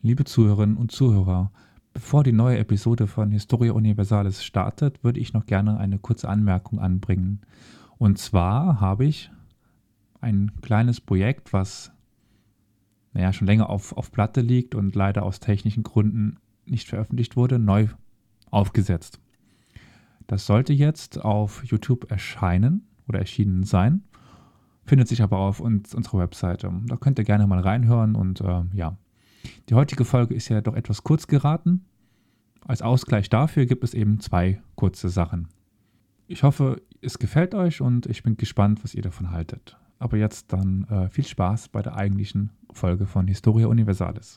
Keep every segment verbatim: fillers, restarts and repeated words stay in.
Liebe Zuhörerinnen und Zuhörer, bevor die neue Episode von Historia Universalis startet, würde ich noch gerne eine kurze Anmerkung anbringen. Und zwar habe ich ein kleines Projekt, was naja, schon länger auf, auf Platte liegt und leider aus technischen Gründen nicht veröffentlicht wurde, neu aufgesetzt. Das sollte jetzt auf YouTube erscheinen oder erschienen sein, findet sich aber auf uns, unserer Webseite. Da könnt ihr gerne mal reinhören und äh, ja. Die heutige Folge ist ja doch etwas kurz geraten. Als Ausgleich dafür gibt es eben zwei kurze Sachen. Ich hoffe, es gefällt euch und ich bin gespannt, was ihr davon haltet. Aber jetzt dann äh, viel Spaß bei der eigentlichen Folge von Historia Universalis.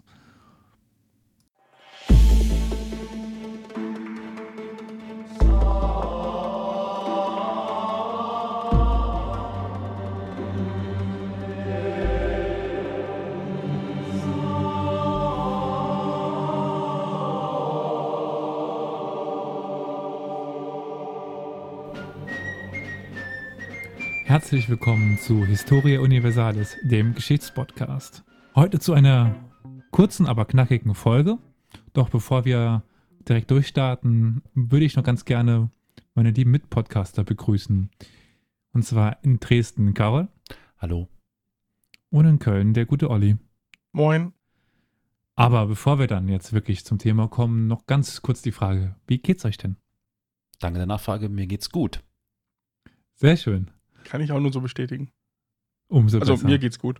Herzlich willkommen zu Historia Universalis, dem Geschichtspodcast. Heute zu einer kurzen, aber knackigen Folge. Doch bevor wir direkt durchstarten, würde ich noch ganz gerne meine lieben Mitpodcaster begrüßen. Und zwar in Dresden Karol. Hallo. Und in Köln der gute Olli. Moin. Aber bevor wir dann jetzt wirklich zum Thema kommen, noch ganz kurz die Frage, wie geht's euch denn? Danke der Nachfrage, mir geht's gut. Sehr schön. Kann ich auch nur so bestätigen. Umso also besser. mir geht's gut.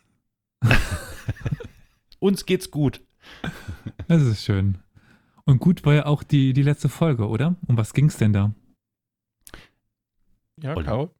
Uns geht's gut. Das ist schön. Und gut war ja auch die, die letzte Folge, oder? Um was ging's denn da? Ja, Olli. Karol.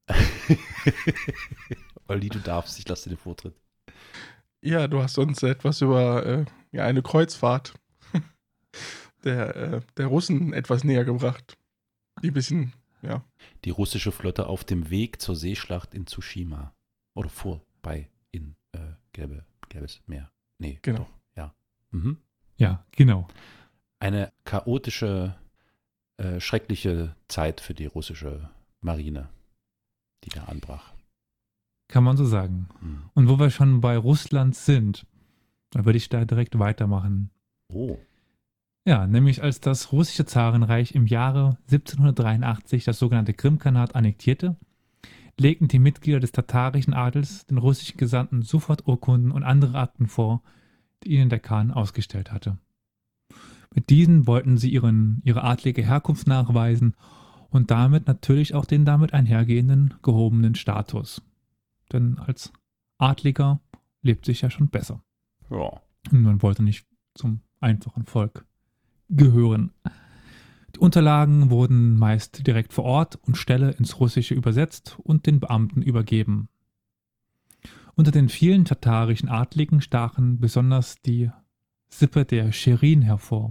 Olli, du darfst, ich lasse dir den Vortritt. Ja, du hast uns etwas über äh, ja, eine Kreuzfahrt der, äh, der Russen etwas näher gebracht. Die ein bisschen, ja. Die russische Flotte auf dem Weg zur Seeschlacht in Tsushima. Oder vorbei in äh, Gelbe, Gelbes Meer. Nee, Genau. Doch, ja. Mhm. Ja, genau. Eine chaotische, äh, schreckliche Zeit für die russische Marine, die da anbrach. Kann man so sagen. Mhm. Und wo wir schon bei Russland sind, dann würde ich da direkt weitermachen. Oh. Ja, nämlich als das russische Zarenreich im Jahre siebzehnhundertdreiundachtzig das sogenannte Krimkhanat annektierte, legten die Mitglieder des tatarischen Adels den russischen Gesandten sofort Urkunden und andere Akten vor, die ihnen der Khan ausgestellt hatte. Mit diesen wollten sie ihren, ihre adlige Herkunft nachweisen und damit natürlich auch den damit einhergehenden gehobenen Status. Denn als Adliger lebt sich ja schon besser. Ja. Und man wollte nicht zum einfachen Volk gehören. Die Unterlagen wurden meist direkt vor Ort und Stelle ins Russische übersetzt und den Beamten übergeben. Unter den vielen tatarischen Adligen stachen besonders die Sippe der Schirin hervor.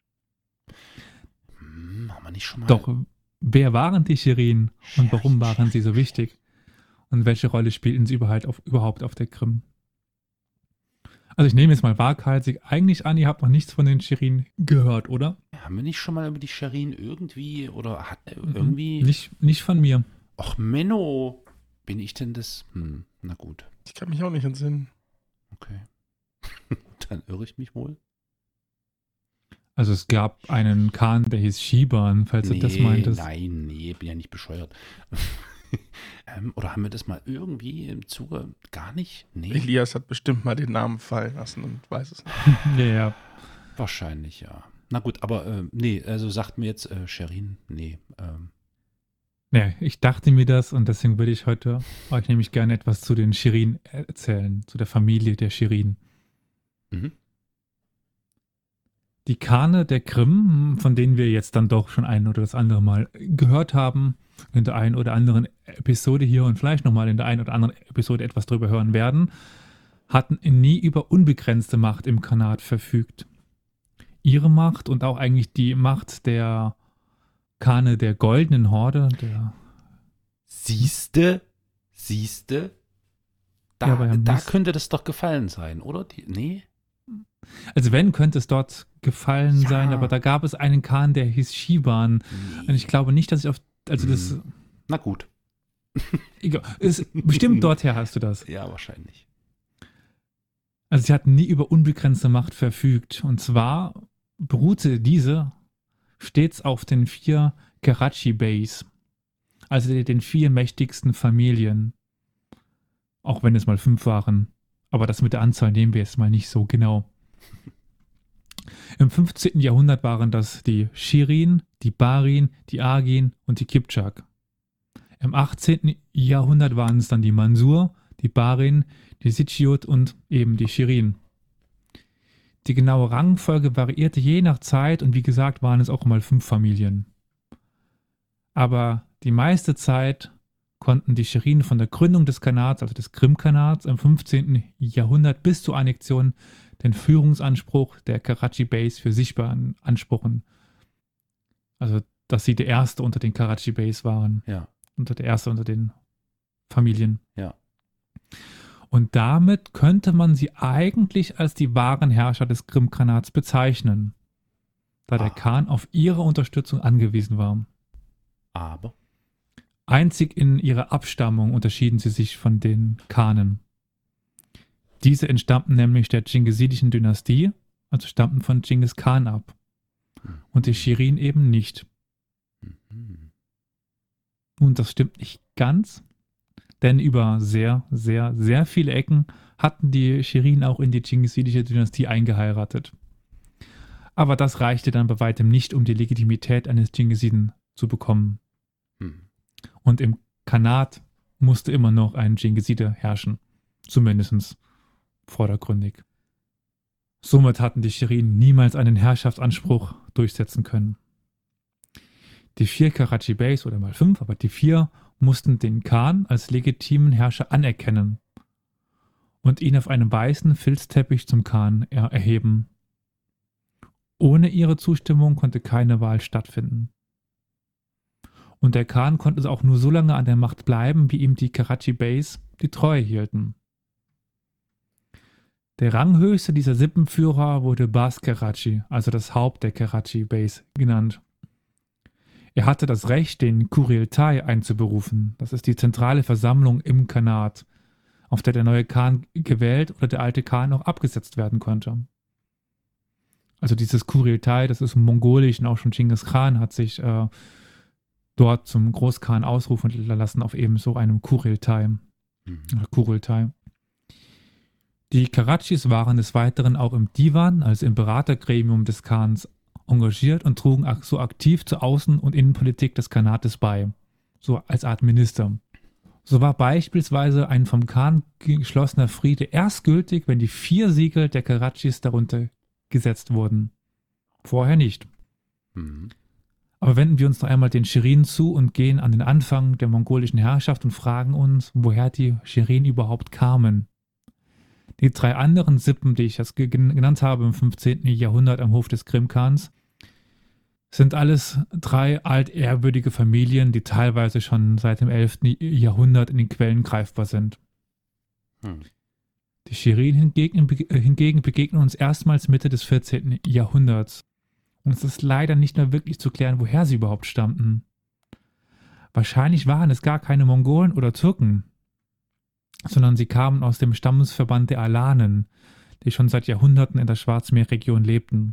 Hm, haben wir nicht schon mal... Doch wer waren die Schirin und warum waren sie so wichtig? Und welche Rolle spielten sie überhaupt auf, überhaupt auf der Krim? Also ich nehme jetzt mal waghalsig eigentlich an, ihr habt noch nichts von den Schirin gehört, oder? Haben wir nicht schon mal über die Schirin irgendwie oder hat irgendwie... Nicht, nicht von mir. Ach, Menno, bin ich denn das? Hm, na gut, Ich kann mich auch nicht entsinnen. okay. Dann irre ich mich wohl. Also es gab einen Khan, der hieß Shiban, falls du das meintest. Nein, nee, bin ja nicht bescheuert. ähm, oder haben wir das mal irgendwie im Zuge gar nicht? Nee, Elias hat bestimmt mal den Namen fallen lassen und weiß es nicht. Ja, ja. wahrscheinlich ja. Na gut, aber äh, nee, also sagt mir jetzt äh, Sherin, nee. Ähm, Ja, ich dachte mir das und deswegen würde ich heute euch nämlich gerne etwas zu den Schirin erzählen, zu der Familie der Schirin. mhm. Die Khane der Krim, von denen wir jetzt dann doch schon ein oder das andere Mal gehört haben, in der einen oder anderen Episode hier und vielleicht nochmal in der einen oder anderen Episode etwas drüber hören werden, hatten nie über unbegrenzte Macht im Khanat verfügt. Ihre Macht und auch eigentlich die Macht der Khane der Goldenen Horde, der Siehste, siehste, da, Ja, aber er da muss- könnte das doch gefallen sein, oder? Die, nee? Also wenn, könnte es dort gefallen Ja. sein, aber da gab es einen Khan, der hieß Shiban. nee. Und ich glaube nicht, dass ich auf, also das, Hm. Na gut, egal, ist, bestimmt dorther hast du das. ja, wahrscheinlich. Also sie hatten nie über unbegrenzte Macht verfügt. Und zwar beruhte diese stets auf den vier Karachi Beys, also den vier mächtigsten Familien. Auch wenn es mal fünf waren. Aber das mit der Anzahl nehmen wir jetzt mal nicht so genau. Im fünfzehnten Jahrhundert waren das die Shirin, die Barin, die Agin und die Kipchak. Im achtzehnten Jahrhundert waren es dann die Mansur, die Barin, die Sitchiot und eben die Shirin. Die genaue Rangfolge variierte je nach Zeit und wie gesagt waren es auch mal fünf Familien. Aber die meiste Zeit konnten die Shirin von der Gründung des Khanats, also des Krimkhanats im fünfzehnten Jahrhundert bis zur Annexion den Führungsanspruch der Karachi Beys für sich beanspruchen. Also, dass sie der Erste unter den Karachi Beys waren. Ja. Unter der Erste unter den Familien. Ja. Und damit könnte man sie eigentlich als die wahren Herrscher des Krimkhanats bezeichnen, da der Ah. Khan auf ihre Unterstützung angewiesen war. Aber? Einzig in ihrer Abstammung unterschieden sie sich von den Khanen. Diese entstammten nämlich der Dschingisidischen Dynastie, also stammten von Dschingis Khan ab. Und die Shirin eben nicht. Mhm. Nun, das stimmt nicht ganz, denn über sehr, sehr, sehr viele Ecken hatten die Shirin auch in die Dschingisidische Dynastie eingeheiratet. Aber das reichte dann bei weitem nicht, um die Legitimität eines Dschingisiden zu bekommen. Mhm. Und im Khanat musste immer noch ein Dschingiside herrschen, zumindest vordergründig. Somit hatten die Shirin niemals einen Herrschaftsanspruch durchsetzen können. Die vier Karachi Beys, oder mal fünf, aber die vier mussten den Khan als legitimen Herrscher anerkennen und ihn auf einem weißen Filzteppich zum Khan er erheben. Ohne ihre Zustimmung konnte keine Wahl stattfinden. Und der Khan konnte es auch nur so lange an der Macht bleiben, wie ihm die Karachi Beys die Treue hielten. Der ranghöchste dieser Sippenführer wurde Bas Karachi, also das Haupt der Karachi Beys, genannt. Er hatte das Recht, den Kurultai einzuberufen. Das ist die zentrale Versammlung im Khanat, auf der der neue Khan gewählt oder der alte Khan auch abgesetzt werden konnte. Also dieses Kurultai, das ist im Mongolischen, auch schon Dschingis Khan hat sich äh, dort zum Großkhan ausrufen lassen auf eben so einem Kurultai. Mhm. Kurultai. Die Karachis waren des Weiteren auch im Divan, also im Beratergremium des Khans, engagiert und trugen so aktiv zur Außen- und Innenpolitik des Khanates bei, so als Art Minister. So war beispielsweise ein vom Khan geschlossener Friede erst gültig, wenn die vier Siegel der Karachis darunter gesetzt wurden. Vorher nicht. Mhm. Aber wenden wir uns noch einmal den Shirin zu und gehen an den Anfang der mongolischen Herrschaft und fragen uns, woher die Shirin überhaupt kamen. Die drei anderen Sippen, die ich jetzt genannt habe im fünfzehnten Jahrhundert am Hof des Krimkhans, sind alles drei altehrwürdige Familien, die teilweise schon seit dem elften Jahrhundert in den Quellen greifbar sind. Hm. Die Shirin hingegen, hingegen begegnen uns erstmals Mitte des vierzehnten Jahrhunderts. Und es ist leider nicht mehr wirklich zu klären, woher sie überhaupt stammten. Wahrscheinlich waren es gar keine Mongolen oder Türken, sondern sie kamen aus dem Stammesverband der Alanen, die schon seit Jahrhunderten in der Schwarzmeerregion lebten.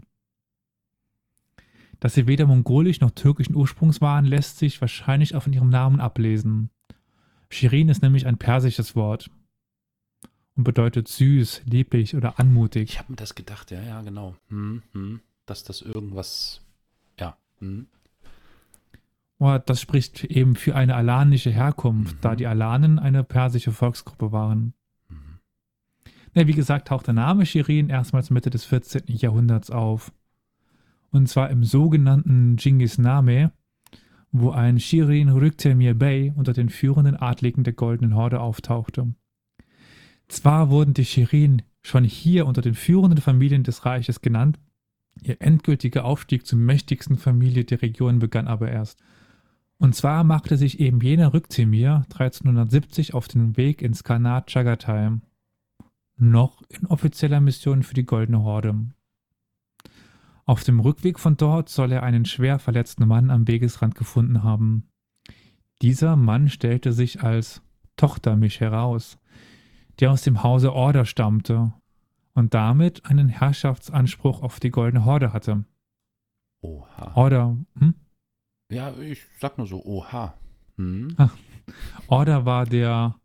Dass sie weder mongolisch noch türkischen Ursprungs waren, lässt sich wahrscheinlich auch von ihrem Namen ablesen. Shirin ist nämlich ein persisches Wort und bedeutet süß, lieblich oder anmutig. Ich habe mir das gedacht, ja, ja, genau. Hm, hm, dass das irgendwas, ja. Hm. Oh, das spricht eben für eine alanische Herkunft, Mhm. da die Alanen eine persische Volksgruppe waren. Mhm. Ja, wie gesagt, taucht der Name Shirin erstmals Mitte des vierzehnten Jahrhunderts auf. Und zwar im sogenannten Dschingis-Name, wo ein Shirin Rüktemir Bey unter den führenden Adligen der Goldenen Horde auftauchte. Zwar wurden die Shirin schon hier unter den führenden Familien des Reiches genannt, ihr endgültiger Aufstieg zur mächtigsten Familie der Region begann aber erst. Und zwar machte sich eben jener Rüktemir dreizehnhundertsiebzig auf den Weg ins Khanat Chagatai, noch in offizieller Mission für die Goldene Horde. Auf dem Rückweg von dort soll er einen schwer verletzten Mann am Wegesrand gefunden haben. Dieser Mann stellte sich als Tochtermisch heraus, der aus dem Hause Order stammte und damit einen Herrschaftsanspruch auf die Goldene Horde hatte. Oha. Order, hm? Ja, ich sag nur so, oha. Hm. Ah. Order war der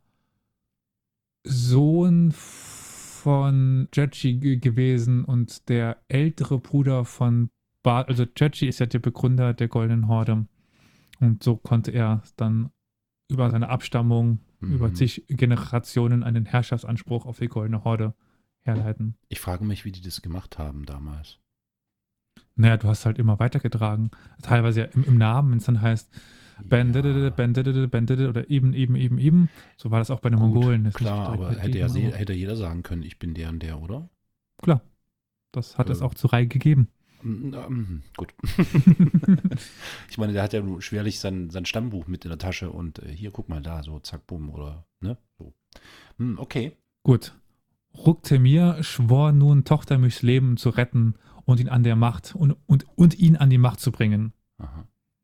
Sohn von Jechi ge- gewesen und der ältere Bruder von Bar, also Jechi ist ja der Begründer der Goldenen Horde. Und so konnte er dann über seine Abstammung, Mhm. über zig Generationen einen Herrschaftsanspruch auf die Goldene Horde herleiten. Ich frage mich, wie die das gemacht haben damals. Naja, du hast halt immer weitergetragen. Teilweise ja im, im Namen, wenn es dann heißt, Ben, Ja, didede, Ben, didede, Ben, didede oder eben, eben, eben, eben. So war das auch bei den gut, Mongolen. Das ist klar, nicht direkt aber mit hätte ja, eben, se- aber- hätte jeder sagen können, ich bin der und der, oder? Klar, das hat es Äh. auch zu Reihe gegeben. Mm, ähm, Gut. Ich meine, der hat ja nur schwerlich sein, sein Stammbuch mit in der Tasche und äh, hier, guck mal da, so zack, bumm, oder, ne? So. Hm, okay. Gut. Ruktemir schwor nun, Tochtermüchs Leben zu retten und ihn an der Macht und, und, und ihn an die Macht zu bringen. Aha.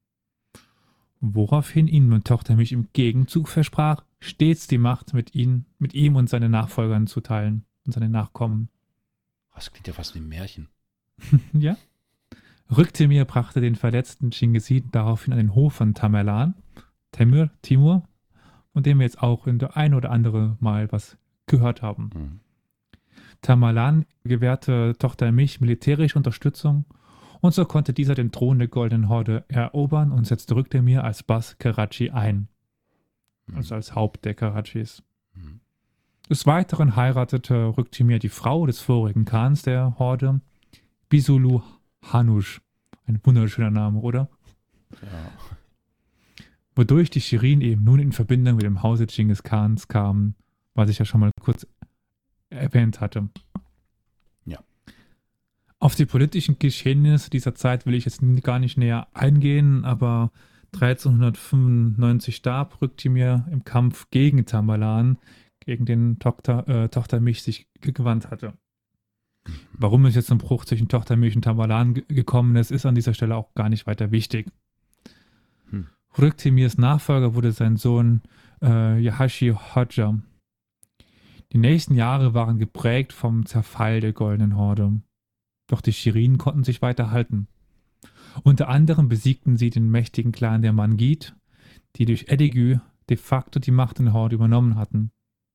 Woraufhin ihm Tochtermilch im Gegenzug versprach, stets die Macht mit, ihn, mit ihm und seinen Nachfolgern zu teilen und seinen Nachkommen. Das klingt ja fast wie ein Märchen. Ja? Rüktemir brachte den verletzten Chingisid daraufhin an den Hof von Tamerlan, Temür, Timur, von dem wir jetzt auch in der ein oder andere Mal was gehört haben. Mhm. Tamerlan gewährte Tochtermilch militärische Unterstützung und so konnte dieser den Thron der Goldenen Horde erobern und setzte Rüktemir als Bas Karachi ein, Mhm. also als Haupt der Karachis. Mhm. Des Weiteren heiratete Rüktemir die Frau des vorigen Khans der Horde, Bisulu Hanush. Ein wunderschöner Name, oder? Ja. Wodurch die Shirin eben nun in Verbindung mit dem Hause Genghis Khans kamen, was ich ja schon mal kurz erwähnt hatte. Ja. Auf die politischen Geschehnisse dieser Zeit will ich jetzt gar nicht näher eingehen, aber dreizehnhundertfünfundneunzig starb Rüktemir im Kampf gegen Tamerlan, gegen den Tochter, äh, Tochtermilch sich gewandt hatte. Warum es jetzt zum Bruch zwischen Tochtermilch und Tamerlan ge- gekommen ist, ist an dieser Stelle auch gar nicht weiter wichtig. Hm. Rüktemirs Nachfolger wurde sein Sohn äh, Yahashi Hodja. Die nächsten Jahre waren geprägt vom Zerfall der Goldenen Horde. Doch die Shirin konnten sich weiter halten. Unter anderem besiegten sie den mächtigen Clan der Mangit, die durch Edigü de facto die Macht in der Horde übernommen hatten.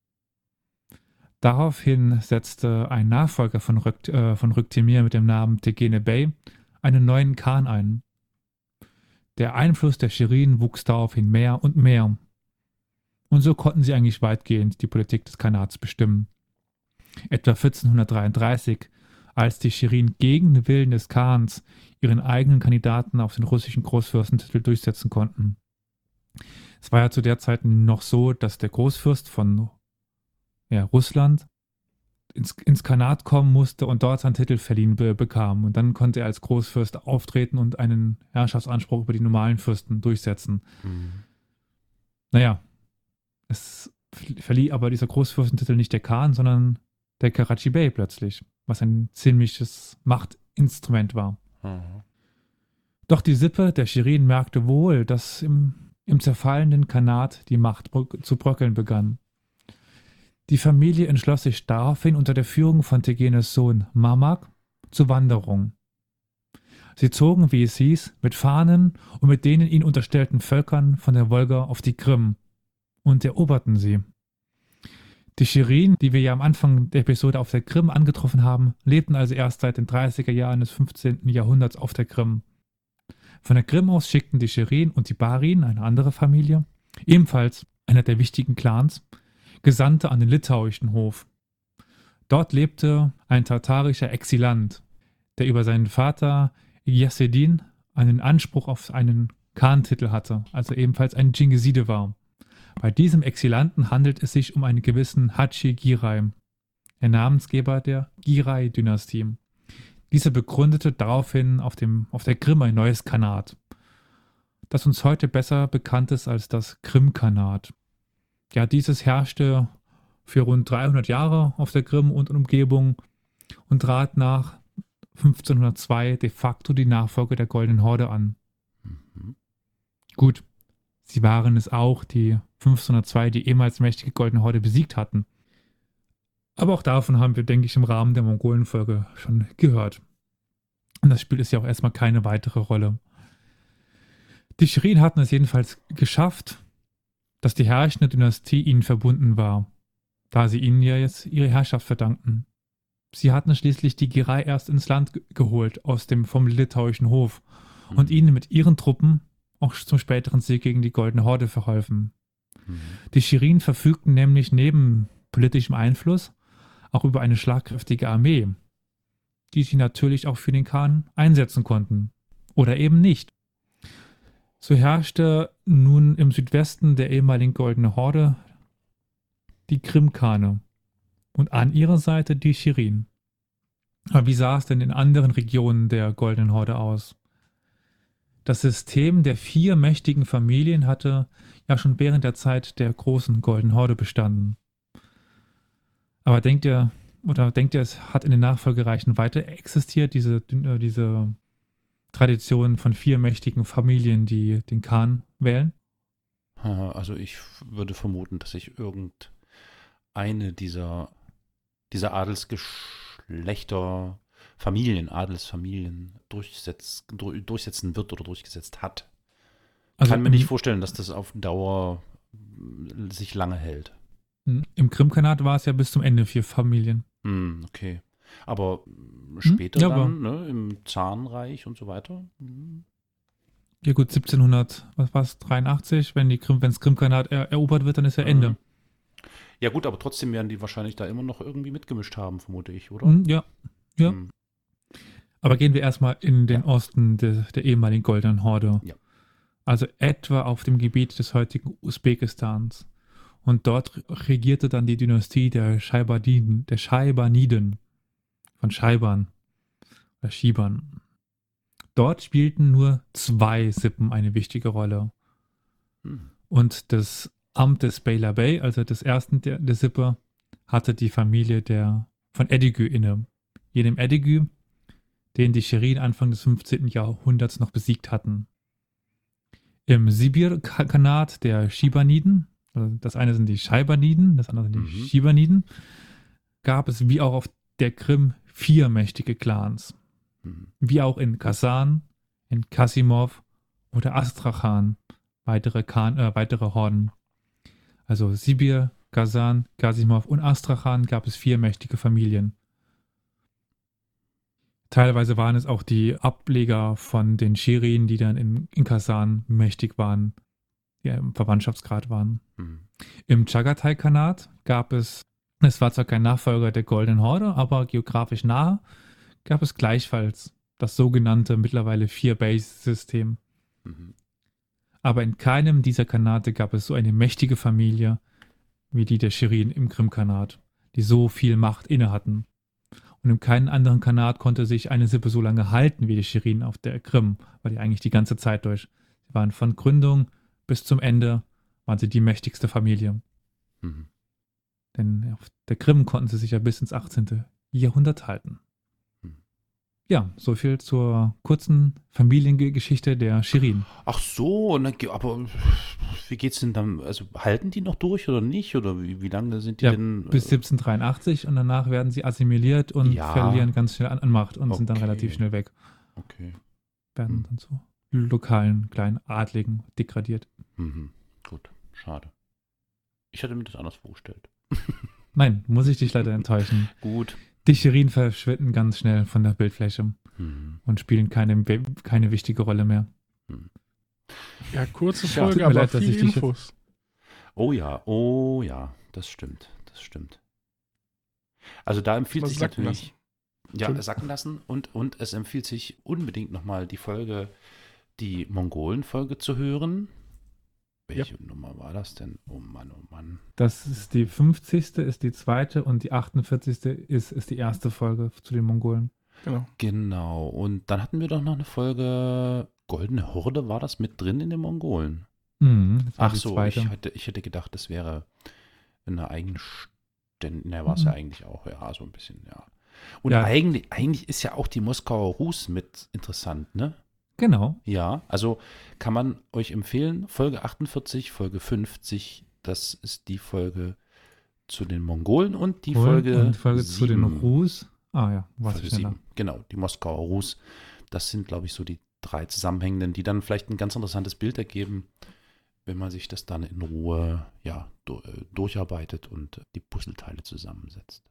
Daraufhin setzte ein Nachfolger von, Rükt, äh, von Rüktemir mit dem Namen Tegene Bey einen neuen Khan ein. Der Einfluss der Shirin wuchs daraufhin mehr und mehr. Und so konnten sie eigentlich weitgehend die Politik des Khanats bestimmen. Etwa vierzehnhundertdreiunddreißig, als die Shirin gegen den Willen des Khans ihren eigenen Kandidaten auf den russischen Großfürstentitel durchsetzen konnten. Es war ja zu der Zeit noch so, dass der Großfürst von ja, Russland ins, ins Khanat kommen musste und dort seinen Titel verliehen be bekam. Und dann konnte er als Großfürst auftreten und einen Herrschaftsanspruch über die normalen Fürsten durchsetzen. Mhm. Naja, es verlieh aber dieser Großfürstentitel nicht der Khan, sondern der Karachi Bey plötzlich, was ein ziemliches Machtinstrument war. Mhm. Doch die Sippe der Shirin merkte wohl, dass im, im zerfallenden Khanat die Macht bro- zu bröckeln begann. Die Familie entschloss sich daraufhin unter der Führung von Tegenes Sohn Mamak zur Wanderung. Sie zogen, wie es hieß, mit Fahnen und mit denen ihnen unterstellten Völkern von der Wolga auf die Krim und eroberten sie. Die Shirin, die wir ja am Anfang der Episode auf der Krim angetroffen haben, lebten also erst seit den dreißiger Jahren des fünfzehnten Jahrhunderts auf der Krim. Von der Krim aus schickten die Shirin und die Barin, eine andere Familie, ebenfalls einer der wichtigen Clans, Gesandte an den litauischen Hof. Dort lebte ein tatarischer Exilant, der über seinen Vater Yasedin einen Anspruch auf einen Khan-Titel hatte, also ebenfalls ein Dschingiside war. Bei diesem Exilanten handelt es sich um einen gewissen Hachi Giray, der Namensgeber der Giray-Dynastie. Dieser begründete daraufhin auf, dem, auf der Krim ein neues Khanat, das uns heute besser bekannt ist als das Krim-Khanat. Ja, dieses herrschte für rund dreihundert Jahre auf der Krim und in Umgebung und trat nach fünfzehnhundertzwei de facto die Nachfolge der Goldenen Horde an. Mhm. Gut, sie waren es auch, die fünfzehnhundertzwei die ehemals mächtige Goldene Horde besiegt hatten. Aber auch davon haben wir, denke ich, im Rahmen der Mongolen-Folge schon gehört. Und das spielt es ja auch erstmal keine weitere Rolle. Die Shirin hatten es jedenfalls geschafft, dass die herrschende Dynastie ihnen verbunden war, da sie ihnen ja jetzt ihre Herrschaft verdankten. Sie hatten schließlich die Giray erst ins Land ge- geholt, aus dem vom litauischen Hof, und Mhm. ihnen mit ihren Truppen auch zum späteren Sieg gegen die Goldene Horde verholfen. Mhm. Die Shirin verfügten nämlich neben politischem Einfluss auch über eine schlagkräftige Armee, die sie natürlich auch für den Khan einsetzen konnten. Oder eben nicht. So herrschte nun im Südwesten der ehemaligen Goldene Horde die Krimkane und an ihrer Seite die Shirin. Aber wie sah es denn in anderen Regionen der Goldenen Horde aus? Das System der vier mächtigen Familien hatte ja schon während der Zeit der großen Goldenen Horde bestanden. Aber denkt ihr, oder denkt ihr, es hat in den Nachfolgereichen weiter existiert, diese, äh, diese Tradition von vier mächtigen Familien, die den Khan wählen? Ha, Also ich würde vermuten, dass sich irgendeine dieser, dieser Adelsgeschlechter, Familien, Adelsfamilien durchsetz, dur- durchsetzen wird oder durchgesetzt hat. Also Kann mir im, nicht vorstellen, dass das auf Dauer mm, sich lange hält. im Krimkanat war es ja bis zum Ende vier Familien. Hm, okay. Aber mm, später Ja, aber- dann, ne, im Zarenreich und so weiter. Hm. Ja gut, siebzehnhundert, was war's, dreiundachtzig, wenn die Krim, wenn das Krimkanat er, erobert wird, dann ist ja Ende. Mhm. Ja gut, aber trotzdem werden die wahrscheinlich da immer noch irgendwie mitgemischt haben, vermute ich, oder? Mhm, ja. ja. Hm. Aber gehen wir erstmal in den Ja. Osten de, der ehemaligen Goldenen Horde. Ja. Also etwa auf dem Gebiet des heutigen Usbekistans. Und dort regierte dann die Dynastie der Scheibaniden, der Scheibaniden von Scheibern oder Schibern. Dort spielten nur zwei Sippen eine wichtige Rolle. Hm. Und das Amt des Beyla Bey, also des ersten der, der Sippe, hatte die Familie der von Edigü inne. Jenem Edigü, den die Shirin Anfang des fünfzehnten. Jahrhunderts noch besiegt hatten. Im Sibir-Khanat der Schibaniden, also das eine sind die Scheibaniden, das andere sind die Mhm. Schibaniden, gab es wie auch auf der Krim vier mächtige Clans. Hm. Wie auch in Kasan, in Kasimov oder Astrachan weitere, Khan, äh, weitere Horden. Also Sibir, Kasan, Kasimov und Astrachan gab es vier mächtige Familien. Teilweise waren es auch die Ableger von den Shirin, die dann in, in Kasan mächtig waren, die im Verwandtschaftsgrad waren. Hm. Im Chagatai-Khanat gab es, es war zwar kein Nachfolger der Goldenen Horde, aber geografisch nahe, gab es gleichfalls das sogenannte mittlerweile Vier-Base-System. Mhm. Aber in keinem dieser Khanate gab es so eine mächtige Familie wie die der Shirin im Krimkhanat, die so viel Macht inne hatten. Und in keinem anderen Khanat konnte sich eine Sippe so lange halten wie die Shirin auf der Krim, weil die eigentlich die ganze Zeit durch. Sie waren von Gründung bis zum Ende, waren sie die mächtigste Familie. Mhm. Denn auf der Krim konnten sie sich ja bis ins achtzehnten. Jahrhundert halten. Hm. Ja, so viel zur kurzen Familiengeschichte der Shirin. Ach so, na, ge- aber wie geht's denn dann? Also halten die noch durch oder nicht? Oder wie, wie lange sind die Ja, denn? Bis äh, siebzehnhundertdreiundachtzig und danach werden sie assimiliert und Ja. verlieren ganz schnell an, an Macht und sind dann Okay. relativ schnell weg. Okay. Werden Hm. dann zu lokalen, kleinen Adligen degradiert. Mhm. Gut, schade. Ich hatte mir das anders vorgestellt. Nein, muss ich dich leider enttäuschen. Gut. Die Shirin verschwinden ganz schnell von der Bildfläche Mhm. und spielen keine, keine wichtige Rolle mehr. Ja, kurze Ja, Folge, tut mir aber leid, dass viele ich dich jetzt- Infos. Oh ja, oh ja, das stimmt, das stimmt. Also da empfiehlt Mal sich sacken natürlich, ja, Entschuldigung. sacken lassen und, und es empfiehlt sich unbedingt nochmal die Folge, die Mongolen-Folge zu hören. Welche Nummer war das denn? Oh Mann, oh Mann. Das ist die fünfzigste, ist die zweite und die achtundvierzigste ist, ist die erste Folge zu den Mongolen. Genau. Genau, und dann hatten wir doch noch eine Folge Goldene Horde, war das mit drin in den Mongolen? Mhm, das war Ach die so, zweite. ich hätte, ich hätte gedacht, das wäre eine eigenständige, ne, war es ja Mhm. eigentlich auch, ja, so ein bisschen, ja. Und Ja. eigentlich, eigentlich ist ja auch die Moskauer Rus mit interessant, ne? Genau. Ja, also kann man euch empfehlen, Folge achtundvierzig, Folge fünfzig, das ist die Folge zu den Mongolen und die Und- Folge, und Folge zu den sieben. Rus. Ah ja, war Folge schneller. sieben. Genau, die Moskauer Rus. Das sind, glaube ich, so die drei zusammenhängenden, die dann vielleicht ein ganz interessantes Bild ergeben, wenn man sich das dann in Ruhe ja, du- äh, durcharbeitet und die Puzzleteile zusammensetzt.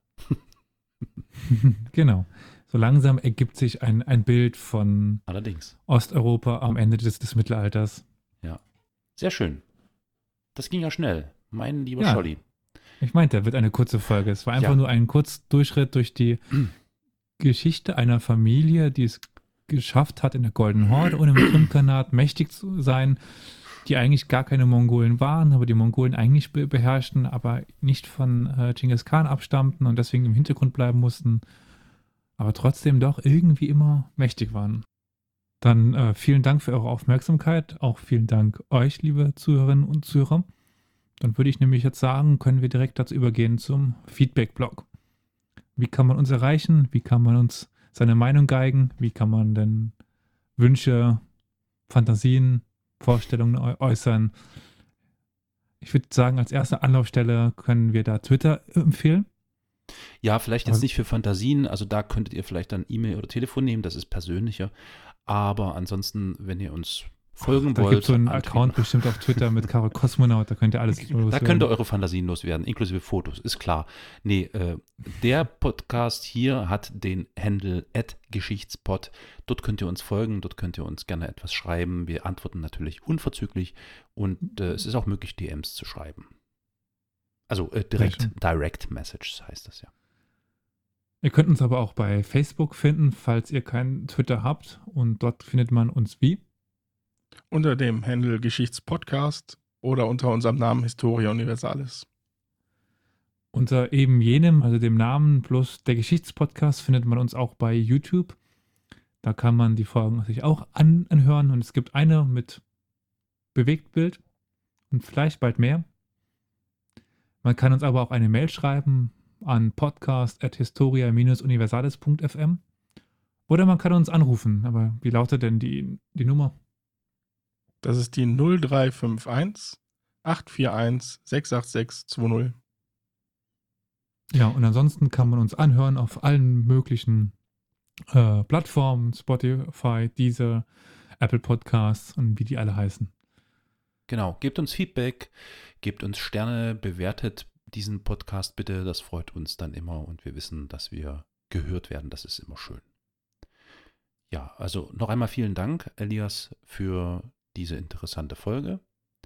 Genau. So langsam ergibt sich ein, ein Bild von Allerdings. Osteuropa am Ende des, des Mittelalters. Sehr schön. Das ging ja schnell. Mein lieber Ja. Scholli. Ich meinte, da wird eine kurze Folge. Es war einfach Ja. nur ein Kurzdurchschritt durch die Geschichte einer Familie, die es geschafft hat, in der Goldenen Horde ohne mit Krimkanat mächtig zu sein, die eigentlich gar keine Mongolen waren, aber die Mongolen eigentlich be beherrschten, aber nicht von äh, Genghis Khan abstammten und deswegen im Hintergrund bleiben mussten, aber trotzdem doch irgendwie immer mächtig waren. Dann äh, vielen Dank für eure Aufmerksamkeit, auch vielen Dank euch, liebe Zuhörerinnen und Zuhörer. Dann würde ich nämlich jetzt sagen, können wir direkt dazu übergehen zum Feedback-Blog. Wie kann man uns erreichen? Wie kann man uns seine Meinung geigen? Wie kann man denn Wünsche, Fantasien, Vorstellungen äu- äußern? Ich würde sagen, als erste Anlaufstelle können wir da Twitter empfehlen. Ja, vielleicht jetzt Aber- nicht für Fantasien, also da könntet ihr vielleicht dann E-Mail oder Telefon nehmen, das ist persönlicher. Aber ansonsten, wenn ihr uns folgen Da wollt. gibt es so einen antweeten. Account bestimmt auf Twitter mit Karo Kosmonaut, da könnt ihr alles Da loswerden. könnt ihr eure Fantasien loswerden, inklusive Fotos, ist klar. Nee, äh, der Podcast hier hat den Handle at Geschichtspod. Dort könnt ihr uns folgen, dort könnt ihr uns gerne etwas schreiben. Wir antworten natürlich unverzüglich und äh, es ist auch möglich, D Ms zu schreiben. Also äh, direkt, schön. Direct Message heißt das ja. Ihr könnt uns aber auch bei Facebook finden, falls ihr keinen Twitter habt. Und dort findet man uns wie? Unter dem Handle Geschichtspodcast oder unter unserem Namen Historia Universalis. Unter eben jenem, also dem Namen plus der Geschichtspodcast, findet man uns auch bei YouTube. Da kann man die Folgen sich auch an anhören. Und es gibt eine mit Bewegtbild und vielleicht bald mehr. Man kann uns aber auch eine Mail schreiben an podcast at historia universalis punkt f m. Oder man kann uns anrufen. Aber wie lautet denn die, die Nummer? Das ist die null drei fünf eins acht vier eins sechs acht sechs zwei null. Ja, und ansonsten kann man uns anhören auf allen möglichen äh, Plattformen, Spotify, Deezer, Apple Podcasts und wie die alle heißen. Genau, gebt uns Feedback, gebt uns Sterne, bewertet diesen Podcast bitte, das freut uns dann immer und wir wissen, dass wir gehört werden, das ist immer schön. Ja, also noch einmal vielen Dank, Elias, für diese interessante Folge.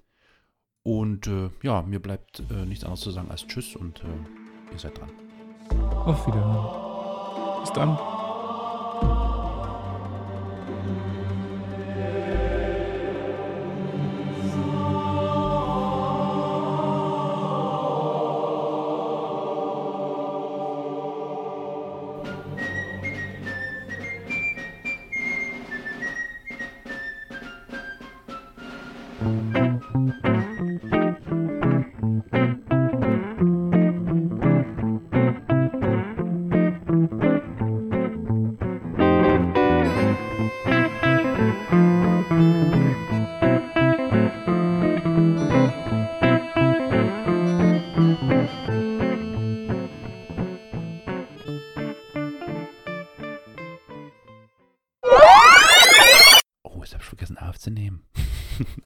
Und äh, ja, mir bleibt äh, nichts anderes zu sagen als Tschüss und äh, ihr seid dran. Auf Wiedersehen. Bis dann. Oh, jetzt habe ich vergessen aufzunehmen.